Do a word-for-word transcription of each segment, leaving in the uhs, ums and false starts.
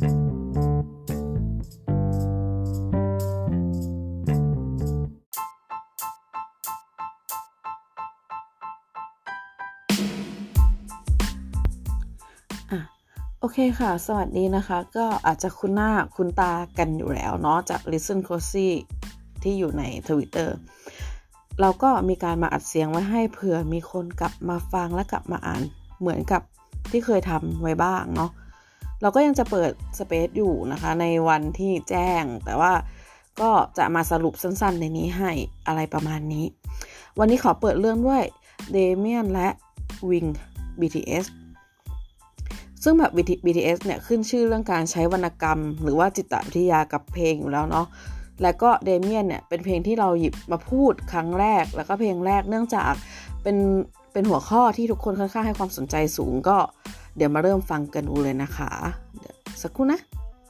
โอเคค่ะสวัสดีนะคะก็อาจจะคุ้นหน้าคุ้นตากันอยู่แล้วเนาะจาก Listen Cozy ที่อยู่ใน Twitter เราก็มีการมาอัดเสียงไว้ให้เผื่อมีคนกลับมาฟังและกลับมาอ่านเหมือนกับที่เคยทำไว้บ้างเนาะเราก็ยังจะเปิดสเปซอยู่นะคะในวันที่แจ้งแต่ว่าก็จะมาสรุปสั้นๆในนี้ให้อะไรประมาณนี้วันนี้ขอเปิดเรื่องด้วยเดเมียนและวิง บี ที เอสซึ่งแบบ บี ที เอส เนี่ยขึ้นชื่อเรื่องการใช้วรรณกรรมหรือว่าจิตวิทยากับเพลงอยู่แล้วเนาะและก็เดเมียนเนี่ยเป็นเพลงที่เราหยิบมาพูดครั้งแรกแล้วก็เพลงแรกเนื่องจากเป็นเป็นหัวข้อที่ทุกคนค่อนข้างให้ความสนใจสูงก็เดี๋ยวมาเริ่มฟังกันดูเลยนะคะเดี๋ยวสักครู่นะ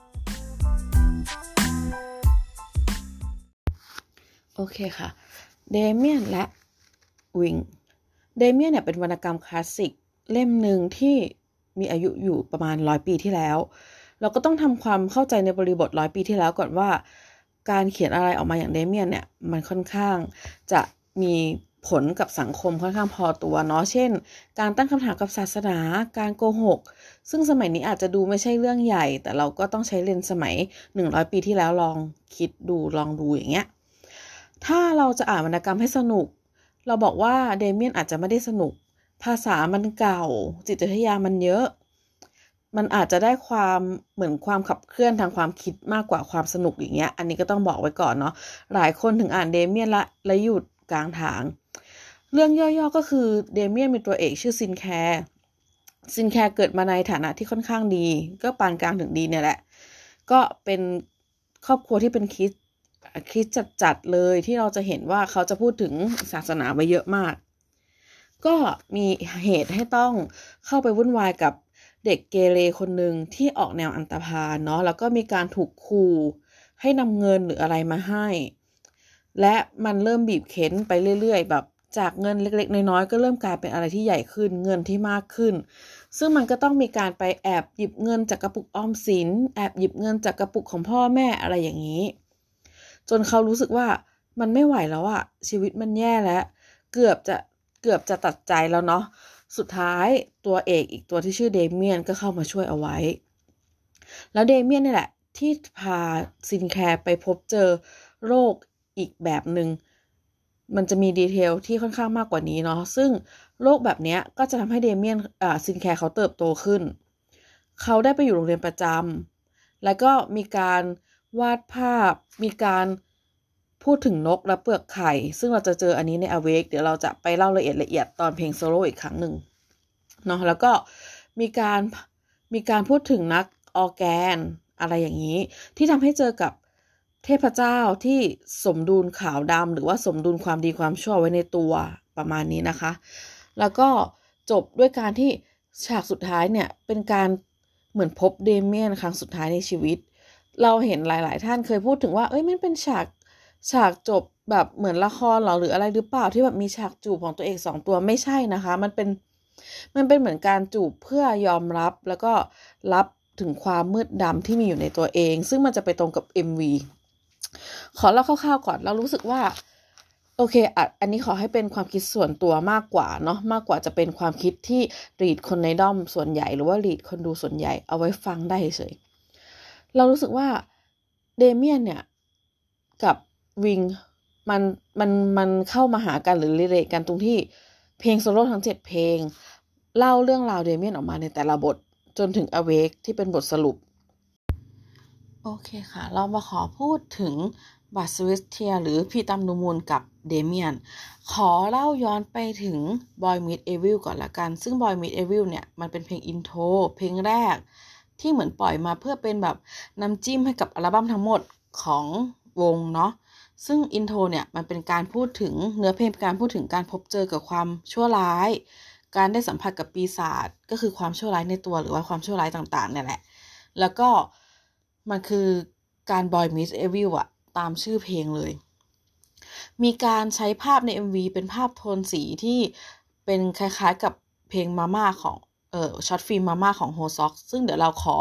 โอเคค่ะเดเมียนและวิงเดเมียนเนี่ยเป็นวรรณกรรมคลาสสิกเล่มหนึ่งที่มีอายุอยู่ประมาณร้อยปีที่แล้วเราก็ต้องทำความเข้าใจในบริบทร้อยปีที่แล้วก่อนว่าการเขียนอะไรออกมาอย่างเดเมียนเนี่ยมันค่อนข้างจะมีผลกับสังคมค่อนข้างพอตัวเนาะเช่นการตั้งคำถามกับศาสนาการโกหกซึ่งสมัยนี้อาจจะดูไม่ใช่เรื่องใหญ่แต่เราก็ต้องใช้เลนส์สมัยหนึ่งร้อยปีที่แล้วลองคิดดูลองดูอย่างเงี้ยถ้าเราจะอ่านวรรณกรรมให้สนุกเราบอกว่าเดเมียนอาจจะไม่ได้สนุกภาษามันเก่าจิตวิทยามันเยอะมันอาจจะได้ความเหมือนความขับเคลื่อนทางความคิดมากกว่าความสนุกอย่างเงี้ยอันนี้ก็ต้องบอกไว้ก่อนเนาะหลายคนถึงอ่านเดเมียนละและหยุดกลางทางเรื่องย่อๆก็คือเดเมียนมีตัวเอกชื่อซินแคร์ซินแคร์เกิดมาในฐานะที่ค่อนข้างดีก็ปานกลางถึงดีเนี่ยแหละก็เป็นครอบครัวที่เป็นคริสต์คริสต์จัดๆเลยที่เราจะเห็นว่าเขาจะพูดถึงศาสนาไว้เยอะมากก็มีเหตุให้ต้องเข้าไปวุ่นวายกับเด็กเกเรคนหนึ่งที่ออกแนวอันธพาลเนาะแล้วก็มีการถูกขู่ให้นำเงินหรืออะไรมาให้และมันเริ่มบีบเค้นไปเรื่อยๆแบบจากเงินเล็กๆน้อยๆก็เริ่มกลายเป็นอะไรที่ใหญ่ขึ้นเงินที่มากขึ้นซึ่งมันก็ต้องมีการไปแอบหยิบเงินจากกระปุกออมสินแอบหยิบเงินจากกระปุกของพ่อแม่อะไรอย่างนี้จนเขารู้สึกว่ามันไม่ไหวแล้วอะชีวิตมันแย่แล้วเกือบจะเกือบจะตัดใจแล้วเนาะสุดท้ายตัวเอกอีกตัวที่ชื่อเดเมียนก็เข้ามาช่วยเอาไว้แล้วเดเมียนนี่แหละที่พาซินแคร์ไปพบเจอโรคอีกแบบหนึ่งมันจะมีดีเทลที่ค่อนข้างมากกว่านี้เนาะซึ่งโรคแบบนี้ก็จะทำให้เดเมียนอ่าซินแคร์เขาเติบโตขึ้นเขาได้ไปอยู่โรงเรียนประจำแล้วก็มีการวาดภาพมีการพูดถึงนกและเปลือกไข่ซึ่งเราจะเจออันนี้ใน Awake เดี๋ยวเราจะไปเล่าละเอียดละเอียดตอนเพลงโซโล่อีกครั้งหนึ่งเนาะแล้วก็มีการมีการพูดถึงนักออร์แกนอะไรอย่างนี้ที่ทำให้เจอกับเทพเจ้าที่สมดุลขาวดำหรือว่าสมดุลความดีความชั่วไว้ในตัวประมาณนี้นะคะแล้วก็จบด้วยการที่ฉากสุดท้ายเนี่ยเป็นการเหมือนพบเดเมียนครั้งสุดท้ายในชีวิตเราเห็นหลายๆท่านเคยพูดถึงว่าเอ้ยมันเป็นฉากฉากจบแบบเหมือนละครหรอหรืออะไรหรือเปล่าที่แบบมีฉากจูบของตัวเอกสองตัวไม่ใช่นะคะมันเป็นมันเป็นเหมือนการจูบเพื่อยอมรับแล้วก็รับถึงความมืดดำที่มีอยู่ในตัวเองซึ่งมันจะไปตรงกับ เอ็ม วี ขอเล่าคร่าวๆก่อนเรารู้สึกว่าโอเคอ่ะอันนี้ขอให้เป็นความคิดส่วนตัวมากกว่าเนาะมากกว่าจะเป็นความคิดที่รีดคนในด้อมส่วนใหญ่หรือว่ารีดคนดูส่วนใหญ่เอาไว้ฟังได้เฉยเรารู้สึกว่าเดเมียนเนี่ยกับวิงมันมันมันเข้ามาหากันหรือรีเลทกันตรงที่เพลงโซโล่ทั้งเจ็ดเพลงเล่าเรื่องราวเดเมียนออกมาในแต่ละบทจนถึง Awake ที่เป็นบทสรุปโอเคค่ะเรามาขอพูดถึงบัตสวิสเทียหรือพี่ตั้มนูมูลกับเดเมียนขอเล่าย้อนไปถึง Boy Meets Evil ก่อนละกันซึ่ง Boy Meets Evil เนี่ยมันเป็นเพลงอินโทรเพลงแรกที่เหมือนปล่อยมาเพื่อเป็นแบบน้ำจิ้มให้กับอัลบั้มทั้งหมดของวงเนาะซึ่งอินโทรเนี่ยมันเป็นการพูดถึงเนื้อเพลงเป็นการพูดถึงการพบเจอกับความชั่วร้ายการได้สัมผัสกับปีศาจก็คือความชั่วร้ายในตัวหรือว่าความชั่วร้ายต่างๆเนี่ยแหละแล้วก็มันคือการ Boy Meets Evil อะตามชื่อเพลงเลยมีการใช้ภาพใน เอ็ม วี เป็นภาพโทนสีที่เป็นคล้ายๆกับเพลงมาม่าของเอ่อช็อตฟิล์มมาม่าของโฮซ็อกซึ่งเดี๋ยวเราขอ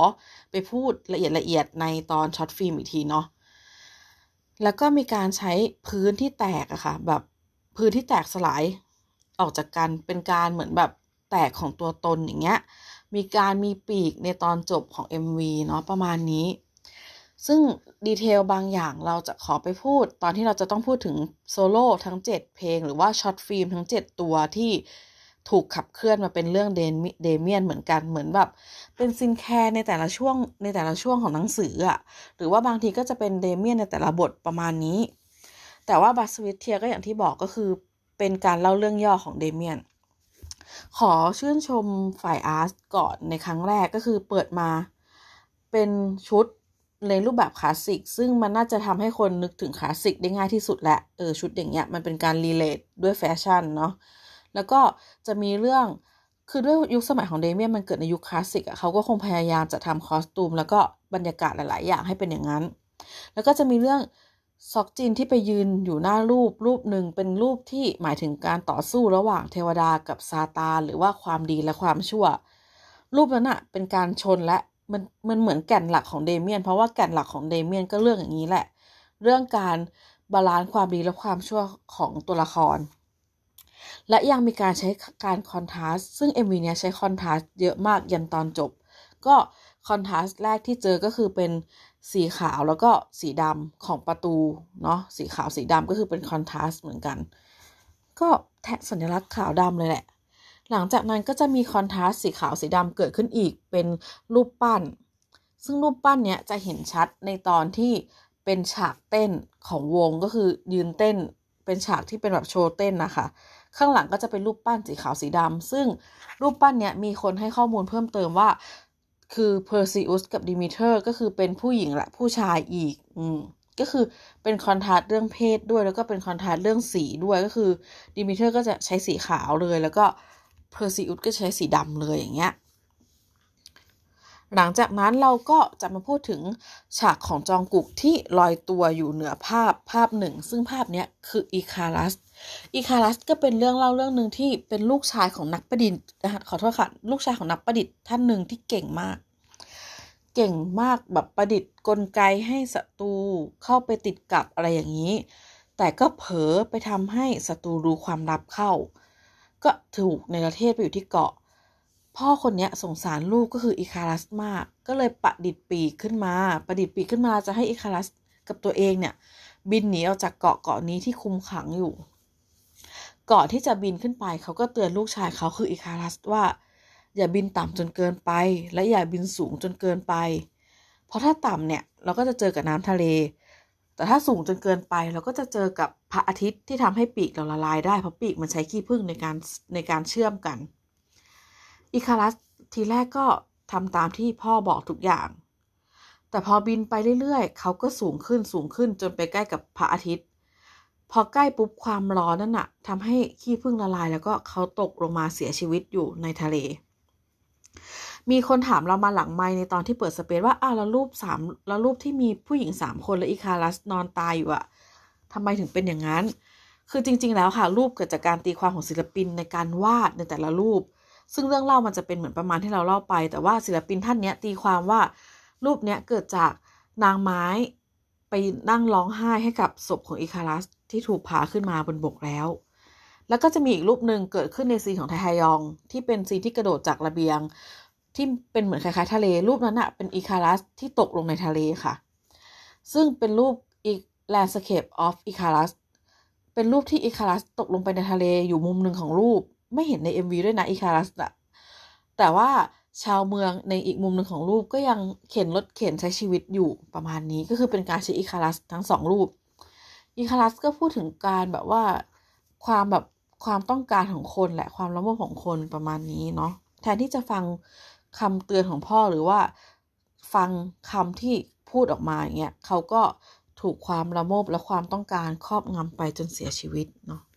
ไปพูดละเอียดละเอียดในตอนช็อตฟิล์มอีกทีเนาะแล้วก็มีการใช้พื้นที่แตกอะค่ะแบบพื้นที่แตกสลายออกจากกันเป็นการเหมือนแบบแตกของตัวตนอย่างเงี้ยมีการมีปีกในตอนจบของ เอ็ม วี เนาะประมาณนี้ซึ่งดีเทลบางอย่างเราจะขอไปพูดตอนที่เราจะต้องพูดถึงโซโล่ทั้งเจ็ดเพลงหรือว่าช็อตฟิล์มทั้งเจ็ดตัวที่ถูกขับเคลื่อนมาเป็นเรื่องเดมิเดเมียนเหมือนกันเหมือนแบบเป็นซินแคร์ในแต่ละช่วงในแต่ละช่วงของหนังสืออะหรือว่าบางทีก็จะเป็นเดเมียนในแต่ละบทประมาณนี้แต่ว่าบัสวิทเทียก็อย่างที่บอกก็คือเป็นการเล่าเรื่องย่อของเดเมียนขอชื่นชมฝ่ายอาร์ตก่อนในครั้งแรกก็คือเปิดมาเป็นชุดในรูปแบบคลาสสิกซึ่งมันน่าจะทำให้คนนึกถึงคลาสสิกได้ง่ายที่สุดแหละเออชุดอย่างเงี้ยมันเป็นการรีเลทด้วยแฟชั่นเนาะแล้วก็จะมีเรื่องคือด้วยยุคสมัยของเดเมียนมันเกิดในยุคคลาสสิกอ่ะเขาก็คงพยายามจะทำคอสตูมแล้วก็บรรยากาศหลายๆอย่างให้เป็นอย่างนั้นแล้วก็จะมีเรื่องซอกจินที่ไปยืนอยู่หน้ารูปรูปหนึ่งเป็นรูปที่หมายถึงการต่อสู้ระหว่างเทวดากับซาตานหรือว่าความดีและความชั่วรูปนั้นอะเป็นการชนและมันมันเหมือนแก่นหลักของเดเมียนเพราะว่าแก่นหลักของเดเมียนก็เรื่องอย่างนี้แหละเรื่องการบาลานซ์ความดีและความชั่วของตัวละครและยังมีการใช้การคอนทราสต์ซึ่ง เอ็ม วี เนี้ยใช้คอนทราสต์เยอะมากยันตอนจบก็คอนทราสต์แรกที่เจอก็คือเป็นสีขาวแล้วก็สีดำของประตูเนาะสีขาวสีดำก็คือเป็นคอนทราสต์เหมือนกันก็แทะสัญลักษณ์ขาวดำเลยแหละหลังจากนั้นก็จะมีคอนทราสต์สีขาวสีดำเกิดขึ้นอีกเป็นรูปปั้นซึ่งรูปปั้นเนี้ยจะเห็นชัดในตอนที่เป็นฉากเต้นของวงก็คือยืนเต้นเป็นฉากที่เป็นแบบโชว์เต้นนะคะข้างหลังก็จะเป็นรูปปั้นสีขาวสีดำซึ่งรูปปั้นเนี้ยมีคนให้ข้อมูลเพิ่มเติมว่าคือเพอร์ซิอุสกับดิมิเทอร์ก็คือเป็นผู้หญิงและผู้ชายอีกอืมก็คือเป็นคอนทราสต์เรื่องเพศด้วยแล้วก็เป็นคอนทราสต์เรื่องสีด้วยก็คือดิมิเทอร์ก็จะใช้สีขาวเลยแล้วก็เพอร์ซิอุสก็ใช้สีดำเลยอย่างเงี้ยหลังจากนั้นเราก็จะมาพูดถึงฉากของจองกุกที่ลอยตัวอยู่เหนือภาพภาพหนึ่งซึ่งภาพนี้คืออีคารัสอีคารัสก็เป็นเรื่องเล่าเรื่องหนึ่งที่เป็นลูกชายของนักประดิษฐ์ขอโทษค่ะลูกชายของนักประดิษฐ์ท่านหนึ่งที่เก่งมากเก่งมากแบบประดิษฐ์กลไกให้ศัตรูเข้าไปติดกับอะไรอย่างนี้แต่ก็เผลอไปทำให้ศัตรูรู้ความลับเข้าก็ถูกในประเทศไปอยู่ที่เกาะพ่อคนนี้สงสารลูกก็คืออิคารัสมากก็เลยประดิษฐ์ปีกขึ้นมาประดิษฐ์ปีกขึ้นมาจะให้อิคารัสกับตัวเองเนี่ยบินหนีออกจากเกาะเกาะนี้ที่คุมขังอยู่ก่อนที่จะบินขึ้นไปเขาก็เตือนลูกชายเขาคืออิคารัสว่าอย่าบินต่ำจนเกินไปและอย่าบินสูงจนเกินไปเพราะถ้าต่ำเนี่ยเราก็จะเจอกับน้ำทะเลแต่ถ้าสูงจนเกินไปเราก็จะเจอกับพระอาทิตย์ที่ทำให้ปีกเราละลายได้เพราะปีกมันใช้ขี้ผึ้งในการในการเชื่อมกันอิคารัสทีแรกก็ทำตามที่พ่อบอกทุกอย่างแต่พอบินไปเรื่อยๆเขาก็สูงขึ้นสูงขึ้นจนไปใกล้กับพระอาทิตย์พอใกล้ปุ๊บความร้อนนั่นน่ะทำให้ขี้ผึ้งละลายแล้วก็เขาตกลงมาเสียชีวิตอยู่ในทะเลมีคนถามเรามาหลังไมค์ในตอนที่เปิดสเปซว่าอ้าวแล้วรูปสามแล้วรูปที่มีผู้หญิงสามคนและอิคารัสนอนตายอยู่อะทำไมถึงเป็นอย่างนั้นคือจริงๆแล้วค่ะรูปเกิดจากการตีความของศิลปินในการวาดในแต่ละรูปซึ่งเรื่องเล่ามันจะเป็นเหมือนประมาณที่เราเล่าไปแต่ว่าศิลปินท่านนี้ตีความว่ารูปเนี้ยเกิดจากนางไม้ไปนั่งร้องไห้ให้กับศพของอิคารัสที่ถูกพาขึ้นมาบนบกแล้วแล้วก็จะมีอีกรูปหนึ่งเกิดขึ้นในซีนของไทฮยองที่เป็นซีนที่กระโดดจากระเบียงที่เป็นเหมือนคล้ายๆทะเลรูปนั้นอะเป็นอิคารัสที่ตกลงในทะเลค่ะซึ่งเป็นรูปอีก Landscape of Icarus เป็นรูปที่อิคารัสตกลงไปในทะเลอยู่มุมหนึ่งของรูปไม่เห็นใน เอ็ม วี ด้วยนะอิคารัสอะแต่ว่าชาวเมืองในอีกมุมหนึ่งของรูปก็ยังเข็นรถเข็นใช้ชีวิตอยู่ประมาณนี้ก็คือเป็นการใช้อิคารัสทั้งสองรูปอิคารัสก็พูดถึงการแบบว่าความแบบความต้องการของคนแหละความละโมบของคนประมาณนี้เนาะแทนที่จะฟังคำเตือนของพ่อหรือว่าฟังคำที่พูดออกมาอย่างเงี้ยเขาก็ถูกความละโมบและความต้องการครอบงำไปจนเสียชีวิตเนาะ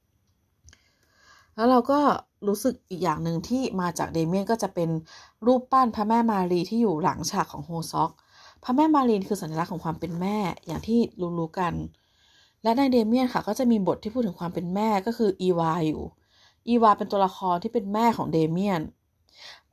แล้วเราก็รู้สึกอีกอย่างหนึ่งที่มาจากเดเมียนก็จะเป็นรูปปั้นพระแม่มารีที่อยู่หลังฉากของโฮซอกพระแม่มารีคือสัญลักษณ์ของความเป็นแม่อย่างที่รู้ๆกันและในเดเมียนค่ะก็จะมีบทที่พูดถึงความเป็นแม่ก็คืออีวาอยู่อีวาเป็นตัวละครที่เป็นแม่ของเดเมียน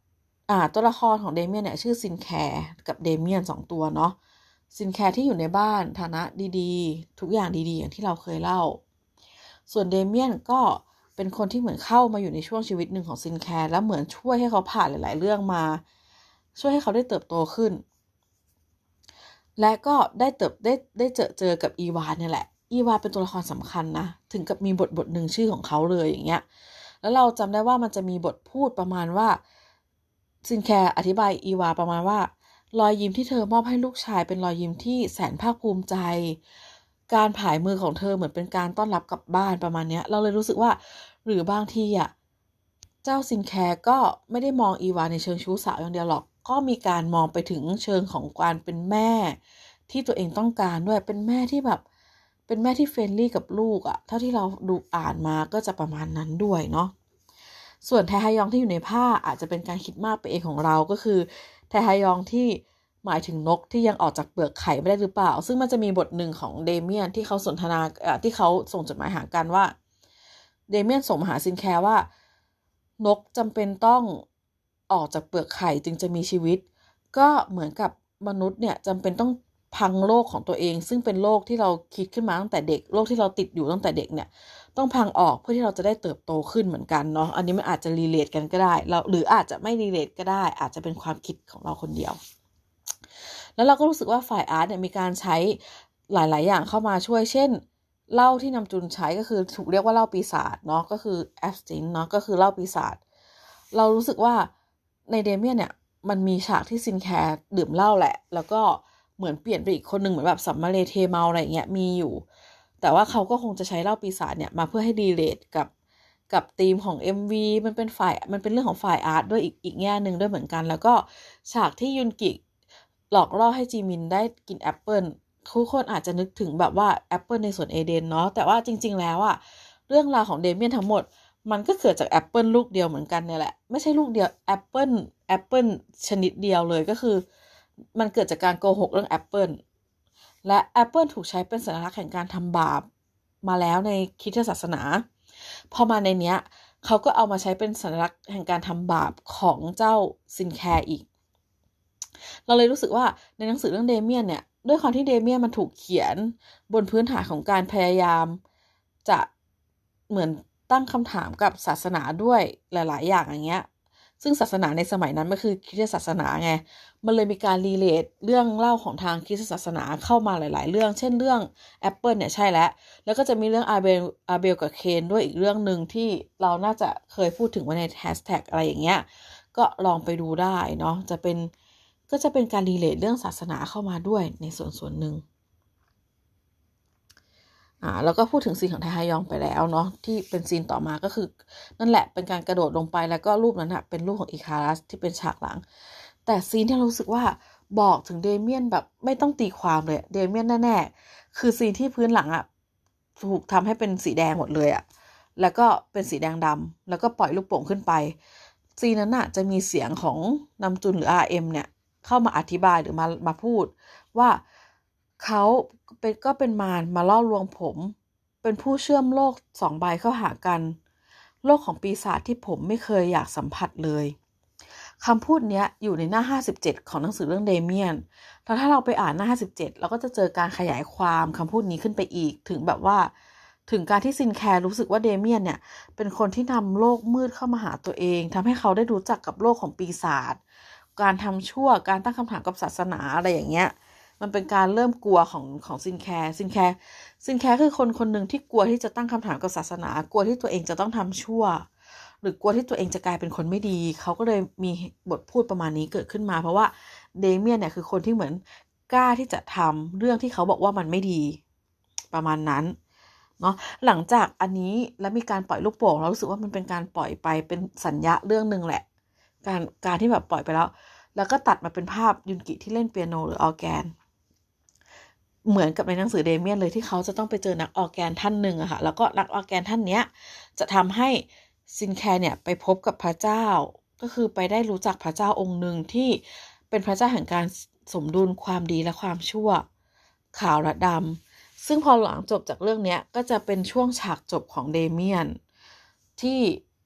อ่าตัวละครของเดเมียนเนี่ยชื่อซินแคร์กับเดเมียนสองตัวเนาะซินแคร์ที่อยู่ในบ้านฐานะดีๆทุกอย่างดีๆอย่างที่เราเคยเล่าส่วนเดเมียนก็เป็นคนที่เหมือนเข้ามาอยู่ในช่วงชีวิตหนึ่งของซินแคร์แล้วเหมือนช่วยให้เขาผ่านหลายๆเรื่องมาช่วยให้เขาได้เติบโตขึ้นและก็ได้เติบได้ได้เจอเจอกับอีวาเนี่ยแหละอีวาเป็นตัวละครสำคัญนะถึงกับมีบทบทหนึ่งชื่อของเขาเลยอย่างเงี้ยแล้วเราจำได้ว่ามันจะมีบทพูดประมาณว่าซินแคร์อธิบายอีวาประมาณว่ารอยยิ้มที่เธอมอบให้ลูกชายเป็นรอยยิ้มที่แสนภาคภูมิใจการผายมือของเธอเหมือนเป็นการต้อนรับกลับบ้านประมาณนี้เราเลยรู้สึกว่าหรือบางทีอ่ะเจ้าซินแคร์ก็ไม่ได้มองอีวาในเชิงชู้สาวอย่างเดียวหรอกก็มีการมองไปถึงเชิงของการเป็นแม่ที่ตัวเองต้องการด้วยเป็นแม่ที่แบบเป็นแม่ที่เฟรนลี่กับลูกอ่ะเท่าที่เราดูอ่านมาก็จะประมาณนั้นด้วยเนาะส่วนแทฮยองที่อยู่ในผ้าอาจจะเป็นการคิดมากไปเองของเราก็คือแทฮยองที่หมายถึงนกที่ยังออกจากเปลือกไข่ไม่ได้หรือเปล่าซึ่งมันจะมีบทหนึ่งของเดเมียนที่เขาสนทนาที่เขาส่งจดหมายหากันว่าเดเมียนส่งมาหาซินแคร์ว่านกจำเป็นต้องออกจากเปลือกไข่จึงจะมีชีวิตก็เหมือนกับมนุษย์เนี่ยจำเป็นต้องพังโลกของตัวเองซึ่งเป็นโลกที่เราคิดขึ้นมาตั้งแต่เด็กโลกที่เราติดอยู่ตั้งแต่เด็กเนี่ยต้องพังออกเพื่อที่เราจะได้เติบโตขึ้นเหมือนกันเนาะอันนี้มันอาจจะรีเลทกันก็ได้เราหรืออาจจะไม่รีเลทก็ได้อาจจะเป็นความคิดของเราคนเดียวแล้วเราก็รู้สึกว่าฝ่ายอาร์ตเนี่ยมีการใช้หลายๆอย่างเข้ามาช่วยเช่นเหล้าที่นำจุนใช้ก็คือถูกเรียกว่าเหล้าปีศาจเนาะก็คือแอสตินเนาะก็คือเหล้าปีศาจเรารู้สึกว่าในเดเมียนเนี่ยมันมีฉากที่ซินแคร์ดื่มเหล้าแหละแล้วก็เหมือนเปลี่ยนไปอีกคนหนึ่งเหมือนแบบสัมมาเลเทเมาอะไรเงี้ยมีอยู่แต่ว่าเขาก็คงจะใช้เหล้าปีศาจเนี่ยมาเพื่อให้ดีเลทกับกับธีมของ เอ็ม วี มันเป็นฝ่ายมันเป็นเรื่องของฝ่ายอาร์ตด้วยอีกอีกแง่หนึ่งด้วยเหมือนกันแล้วก็ฉากที่ยุนกิหลอกล่อให้จีมินได้กินแอปเปิลทุกคนอาจจะนึกถึงแบบว่าแอปเปิลในสวนเอเดนเนาะแต่ว่าจริงๆแล้วอะเรื่องราวของเดเมียนทั้งหมดมันก็เกิดจากแอปเปิลลูกเดียวเหมือนกันเนี่ยแหละไม่ใช่ลูกเดียวแอปเปิลแอปเปิลชนิดเดียวเลยก็คือมันเกิดจากการโกหกเรื่องแอปเปิลและแอปเปิลถูกใช้เป็นสัญลักษณ์แห่งการทำบาปมาแล้วในคริสตศาสนาพอมาในเนี้ยเขาก็เอามาใช้เป็นสัญลักษณ์แห่งการทำบาปของเจ้าซินแคร์อีกเราเลยรู้สึกว่าในหนังสือเรื่องเดเมียนเนี่ยด้วยความที่เดเมียนมันถูกเขียนบนพื้นฐานของการพยายามจะเหมือนตั้งคำถามกับศาสนาด้วยหลายๆอย่างอย่างเงี้ยซึ่งศาสนาในสมัยนั้นมันคือคริสตศาสนาไงมันเลยมีการรีเลทเรื่องเล่าของทางคริสตศาสนาเข้ามาหลายๆเรื่องเช่นเรื่องแอปเปิลเนี่ยใช่แล้วแล้วก็จะมีเรื่องอาเบลอาเบลกับเคนด้วยอีกเรื่องหนึ่งที่เราน่าจะเคยพูดถึงไว้ในแฮชแท็กอะไรอย่างเงี้ยก็ลองไปดูได้เนาะจะเป็นก็จะเป็นการรีเลทเรื่องศาสนาเข้ามาด้วยในส่วนส่วนหนึ่งอ่าแล้วก็พูดถึงซีนของไทฮยองไปแล้วเนาะที่เป็นซีนต่อมาก็คือนั่นแหละเป็นการกระโดดลงไปแล้วก็รูปนั้นอะเป็นรูปของอิคารัสที่เป็นฉากหลังแต่ซีนที่เรารู้สึกว่าบอกถึงเดเมียนแบบไม่ต้องตีความเลยเดเมียนแน่ๆคือซีนที่พื้นหลังอะถูกทำให้เป็นสีแดงหมดเลยอะแล้วก็เป็นสีแดงดำแล้วก็ปล่อยลูกโป่งขึ้นไปซีนนั้นอะจะมีเสียงของนำจุนหรือ อาร์ เอ็ม เนี่ยเข้ามาอธิบายหรือมามาพูดว่าเขาเป็นก็เป็นมารมาล่อลวงผมเป็นผู้เชื่อมโลกสองใบเข้าหากันโลกของปีศาจที่ผมไม่เคยอยากสัมผัสเลยคำพูดนี้อยู่ในหน้าห้าสิบเจ็ดของหนังสือเรื่องเดเมียนแล้วถ้าเราไปอ่านหน้าห้าสิบเจ็ดเราก็จะเจอการขยายความคำพูดนี้ขึ้นไปอีกถึงแบบว่าถึงการที่ซินแคร์รู้สึกว่าเดเมียนเนี่ยเป็นคนที่นำโลกมืดเข้ามาหาตัวเองทำให้เขาได้รู้จักกับโลกของปีศาจการทำชั่วการตั้งคำถามกับศาสนาอะไรอย่างเงี้ยมันเป็นการเริ่มกลัวของของซินแคร์ซินแคร์ซินแคร์คือคนคนหนึ่งที่กลัวที่จะตั้งคำถามกับศาสนากลัวที่ตัวเองจะต้องทำชั่วหรือกลัวที่ตัวเองจะกลายเป็นคนไม่ดีเขาก็เลยมีบทพูดประมาณนี้เกิดขึ้นมาเพราะว่าเดเมียนเนี่ยคือคนที่เหมือนกล้าที่จะทำเรื่องที่เขาบอกว่ามันไม่ดีประมาณนั้นเนาะหลังจากอันนี้แล้วมีการปล่อยลูกโป่งเรารู้สึกว่ามันเป็นการปล่อยไปเป็นสัญญาเรื่องนึงแหละการการที่แบบปล่อยไปแล้วแล้วก็ตัดมาเป็นภาพยุนกิที่เล่นเปียโนหรือออร์แกนเหมือนกับในหนังสือเดเมียนเลยที่เขาจะต้องไปเจอนักออร์แกนท่านหนึ่งอะค่ะแล้วก็นักออร์แกนท่านเนี้ยจะทำให้ซินแคร์เนี่ยไปพบกับพระเจ้าก็คือไปได้รู้จักพระเจ้าองค์หนึ่งที่เป็นพระเจ้าแห่งการสมดุลความดีและความชั่วขาวและดำซึ่งพอหลังจบจากเรื่องนี้ก็จะเป็นช่วงฉากจบของเดเมียนที่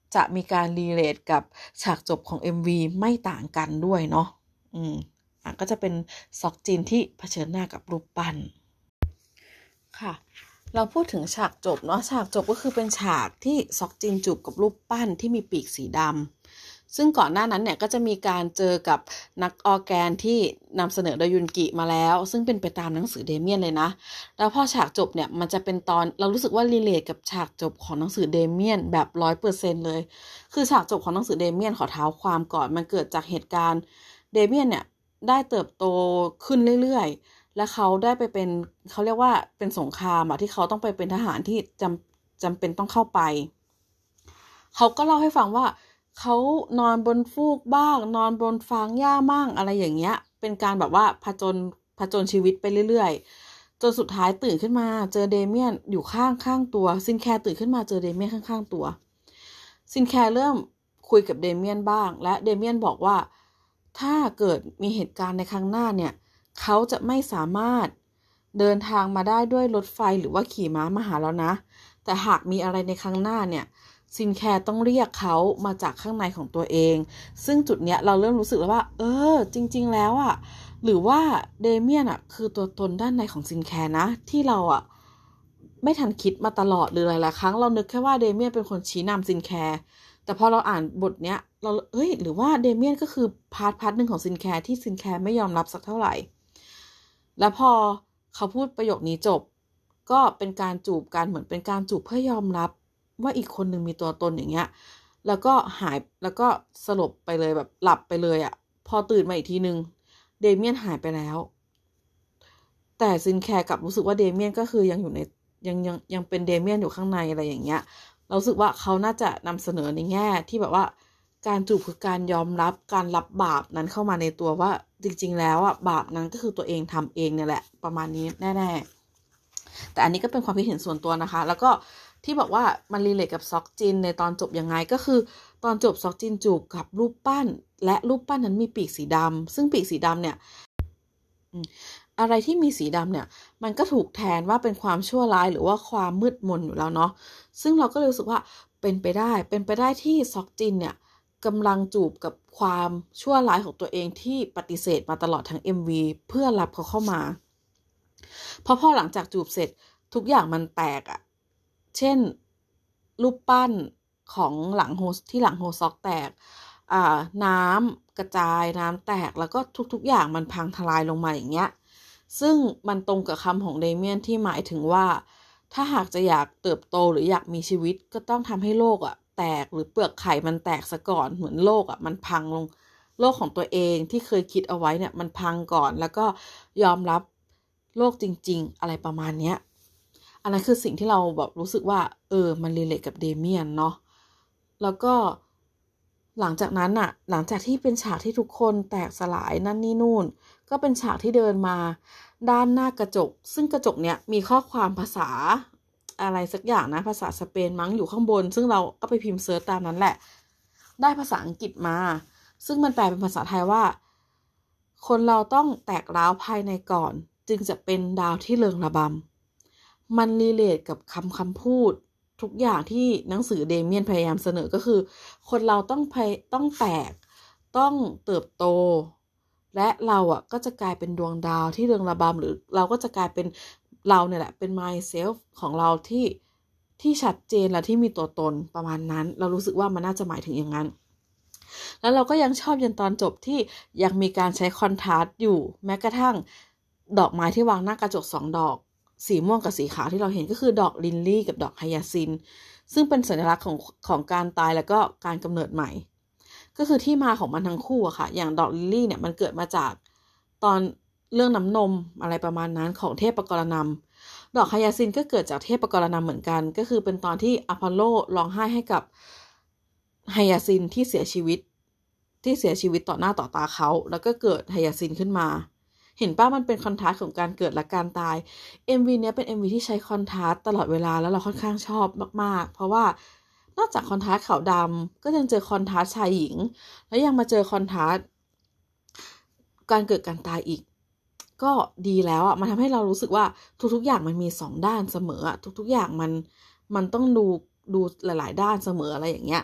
จะมีการรีเลทกับฉากจบของ เอ็ม วี ไม่ต่างกันด้วยเนาะอืมอ่ะก็จะเป็นซอกจินที่เผชิญหน้ากับรูปปั้นค่ะเราพูดถึงฉากจบเนาะฉากจบก็คือเป็นฉากที่ซอกจินจูบกับรูปปั้นที่มีปีกสีดำซึ่งก่อนหน้านั้นเนี่ยก็จะมีการเจอกับนักออร์แกนที่นำเสนอโดยยุนกิมาแล้วซึ่งเป็นไปตามหนังสือเดเมียนเลยนะแล้วพอฉากจบเนี่ยมันจะเป็นตอนเรารู้สึกว่ารีเลทกับฉากจบของหนังสือเดเมียนแบบร้อยเปอร์เซ็นต์เลยคือฉากจบของหนังสือเดเมียนขอเท้าความก่อนมันเกิดจากเหตุการณ์เดเมียนเนี่ยได้เติบโตขึ้นเรื่อยๆและเขาได้ไปเป็นเขาเรียกว่าเป็นสงครามอะที่เขาต้องไปเป็นทหารที่จำจำเป็นต้องเข้าไปเขาก็เล่าให้ฟังว่าเขานอนบนฟูกบ้างนอนบนฟางหญ้ามั่งอะไรอย่างเงี้ยเป็นการแบบว่าผจญผจญชีวิตไปเรื่อยๆจนสุดท้ายตื่นขึ้นมาเจอเดเมียนอยู่ข้างข้างตัวซินแคร์ตื่นขึ้นมาเจอเดเมียนข้างๆตัวซินแคร์เริ่มคุยกับเดเมียนบ้างและเดเมียนบอกว่าถ้าเกิดมีเหตุการณ์ในครั้งหน้าเนี่ยเขาจะไม่สามารถเดินทางมาได้ด้วยรถไฟหรือว่าขี่ม้ามาหาแล้วนะแต่หากมีอะไรในครั้งหน้าเนี่ยซินแคร์ต้องเรียกเขามาจากข้างในของตัวเองซึ่งจุดเนี้ยเราเริ่มรู้สึกแล้วว่าเออจริงๆแล้วอ่ะหรือว่าเดเมียนอ่ะคือตัวตนด้านในของซินแคร์นะที่เราอ่ะไม่ทันคิดมาตลอดหรือหลายๆครั้งเรานึกแค่ว่าเดเมียนเป็นคนชี้นำซินแคร์แต่พอเราอ่านบทเนี้ยเราเอ้ยหรือว่าเดเมียนก็คือพาร์ทพาร์ทหนึ่งของซินแคร์ที่ซินแคร์ไม่ยอมรับสักเท่าไหร่แล้วพอเขาพูดประโยคนี้จบก็เป็นการจูบกันเหมือนเป็นการจูบเพื่อยอมรับว่าอีกคนหนึ่งมีตัวตนอย่างเงี้ยแล้วก็หายแล้วก็สลบไปเลยแบบหลับไปเลยอะพอตื่นมาอีกทีนึงเดเมียนหายไปแล้วแต่ซินแคร์กลับรู้สึกว่าเดเมียนก็คือยังอยู่ในยังยังยังเป็นเดเมียนอยู่ข้างในอะไรอย่างเงี้ยเรารู้สึกว่าเขาน่าจะนำเสนอในแง่ที่แบบว่าการจูบคือการยอมรับการรับบาปนั้นเข้ามาในตัวว่าจริงๆแล้วอ่ะบาปนั้นก็คือตัวเองทำเองเนี่ยแหละประมาณนี้แน่ๆแต่อันนี้ก็เป็นความคิดเห็นส่วนตัวนะคะแล้วก็ที่บอกว่ามันรีเลทกับซอกจินในตอนจบยังไงก็คือตอนจบซอกจินจูบกับรูปปั้นและรูปปั้นนั้นมีปีกสีดำซึ่งปีกสีดำเนี่ยอะไรที่มีสีดำเนี่ยมันก็ถูกแทนว่าเป็นความชั่วร้ายหรือว่าความมืดมนอยู่แล้วเนาะซึ่งเราก็เลยรู้สึกว่าเป็นไปได้เป็นไปได้ที่ซอกจินเนี่ยกำลังจูบกับความชั่วร้ายของตัวเองที่ปฏิเสธมาตลอดทั้ง เอ็ม วี เพื่อรับเขาเข้ามาเพราะพอหลังจากจูบเสร็จทุกอย่างมันแตกอะเช่นรูปปั้นของหลังโฮสที่หลังโฮซอกแตกอ่าน้ำกระจายน้ำแตกแล้วก็ทุกๆอย่างมันพังทลายลงมาอย่างเงี้ยซึ่งมันตรงกับคำของเดเมียนที่หมายถึงว่าถ้าหากจะอยากเติบโตหรืออยากมีชีวิตก็ต้องทำให้โลกอะแตกหรือเปลือกไข่มันแตกซะก่อนเหมือนโลกอะมันพังลงโลกของตัวเองที่เคยคิดเอาไว้เนี่ยมันพังก่อนแล้วก็ยอมรับโลกจริงๆอะไรประมาณเนี้ยอันนั้นคือสิ่งที่เราแบบรู้สึกว่าเออมันรีเลทกับเดเมียนเนาะแล้วก็หลังจากนั้นอะหลังจากที่เป็นฉากที่ทุกคนแตกสลายนั่นนี่นู่นก็เป็นฉากที่เดินมาด้านหน้ากระจกซึ่งกระจกเนี้ยมีข้อความภาษาอะไรสักอย่างนะภาษาสเปนมั้งอยู่ข้างบนซึ่งเราก็ไปพิมพ์เซิร์ชตามนั้นแหละได้ภาษาอังกฤษมาซึ่งมันแปลเป็นภาษาไทยว่าคนเราต้องแตกร้าวภายในก่อนจึงจะเป็นดาวที่เริงระบำมันรีเลทกับคำคำพูดทุกอย่างที่หนังสือเดเมียนพยายามเสนอก็คือคนเราต้องต้องแตกต้องเติบโตและเราอ่ะก็จะกลายเป็นดวงดาวที่เรืองระบำหรือเราก็จะกลายเป็นเราเนี่ยแหละเป็น myself ของเราที่ที่ชัดเจนและที่มีตัวตนประมาณนั้นเรารู้สึกว่ามันน่าจะหมายถึงอย่างนั้นแล้วเราก็ยังชอบยันตอนจบที่ยังมีการใช้คอนทราสต์อยู่แม้กระทั่งดอกไม้ที่วางหน้ากระจกสองดอกสีม่วงกับสีขาวที่เราเห็นก็คือดอกลินลี่กับดอกไฮยาซินซึ่งเป็นสัญลักษณ์ของของการตายแล้วก็การกำเนิดใหม่ก็คือที่มาของมันทั้งคู่อะค่ะอย่างดอกลิลลี่เนี่ยมันเกิดมาจากตอนเรื่องน้ำนมอะไรประมาณนั้นของเทพกรณำดอกไฮยาซินก็เกิดจากเทพกรณำเหมือนกันก็คือเป็นตอนที่อพอลโลร้องไห้ให้กับไฮยาซินที่เสียชีวิตที่เสียชีวิตต่อหน้าต่อตาเขาแล้วก็เกิดไฮยาซินขึ้นมาเห็นป่ะมันเป็นคอนทราสต์ของการเกิดและการตาย เอ็ม วี เนี้ยเป็น เอ็ม วี ที่ใช้คอนทราสต์ตลอดเวลาแล้วเราค่อนข้างชอบมากๆเพราะว่านอกจากคอนทราสต์ขาวดำก็ยังเจอคอนทราสต์ชายหญิงแล้วยังมาเจอคอนทราสต์การเกิดการตายอีกก็ดีแล้วอ่ะมันทำให้เรารู้สึกว่าทุกๆอย่างมันมีสองด้านเสมออ่ะทุกๆอย่างมันมันต้องดูดูหลายๆด้านเสมออะไรอย่างเงี้ย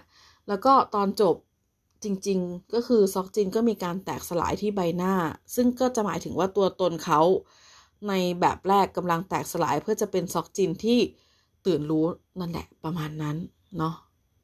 แล้วก็ตอนจบจริงๆก็คือซอกจินก็มีการแตกสลายที่ใบหน้าซึ่งก็จะหมายถึงว่าตัวตนเขาในแบบแรกกำลังแตกสลายเพื่อจะเป็นซอกจินที่ตื่นรู้นั่นแหละประมาณนั้นเนาะ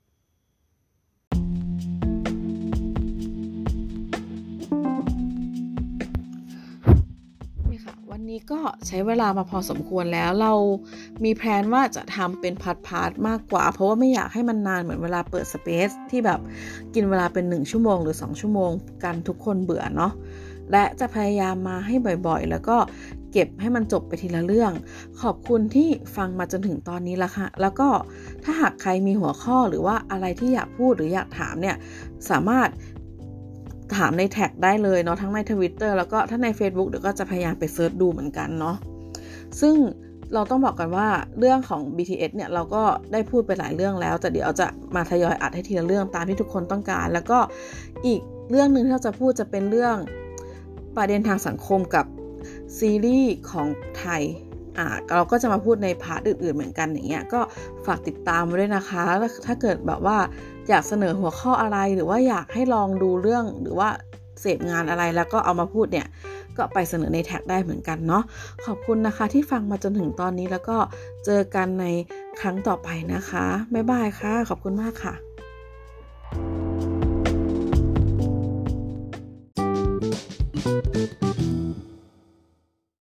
นี่ค่ะวันนี้ก็ใช้เวลามาพอสมควรแล้วเรามีแพลนว่าจะทำเป็นพาร์ทๆมากกว่าเพราะว่าไม่อยากให้มันนานเหมือนเวลาเปิดสเปซที่แบบกินเวลาเป็นหนึ่งชั่วโมงหรือสองชั่วโมงกันทุกคนเบื่อเนาะและจะพยายามมาให้บ่อยๆแล้วก็เก็บให้มันจบไปทีละเรื่องขอบคุณที่ฟังมาจนถึงตอนนี้ละค่ะแล้วก็ถ้าหากใครมีหัวข้อหรือว่าอะไรที่อยากพูดหรืออยากถามเนี่ยสามารถถามในแท็กได้เลยเนาะทั้งใน Twitter แล้วก็ถ้าใน Facebook เดี๋ยวก็จะพยายามไปเซิร์ชดูเหมือนกันเนาะซึ่งเราต้องบอกกันว่าเรื่องของ บี ที เอส เนี่ยเราก็ได้พูดไปหลายเรื่องแล้วแต่เดี๋ยวจะมาทยอยอัดให้ทีละเรื่องตามที่ทุกคนต้องการแล้วก็อีกเรื่องนึงที่เราจะพูดจะเป็นเรื่องประเด็นทางสังคมกับซีรีส์ของไทยอ่าเราก็จะมาพูดในพาร์ทอื่นๆเหมือนกันอย่างเงี้ยก็ฝากติดตามไว้ด้วยนะคะถ้าเกิดแบบว่าอยากเสนอหัวข้ออะไรหรือว่าอยากให้ลองดูเรื่องหรือว่าเสพงานอะไรแล้วก็เอามาพูดเนี่ยก็ไปเสนอในแท็กได้เหมือนกันเนาะขอบคุณนะคะที่ฟังมาจนถึงตอนนี้แล้วก็เจอกันในครั้งต่อไปนะคะบ๊ายบายค่ะขอบคุณมากค่ะ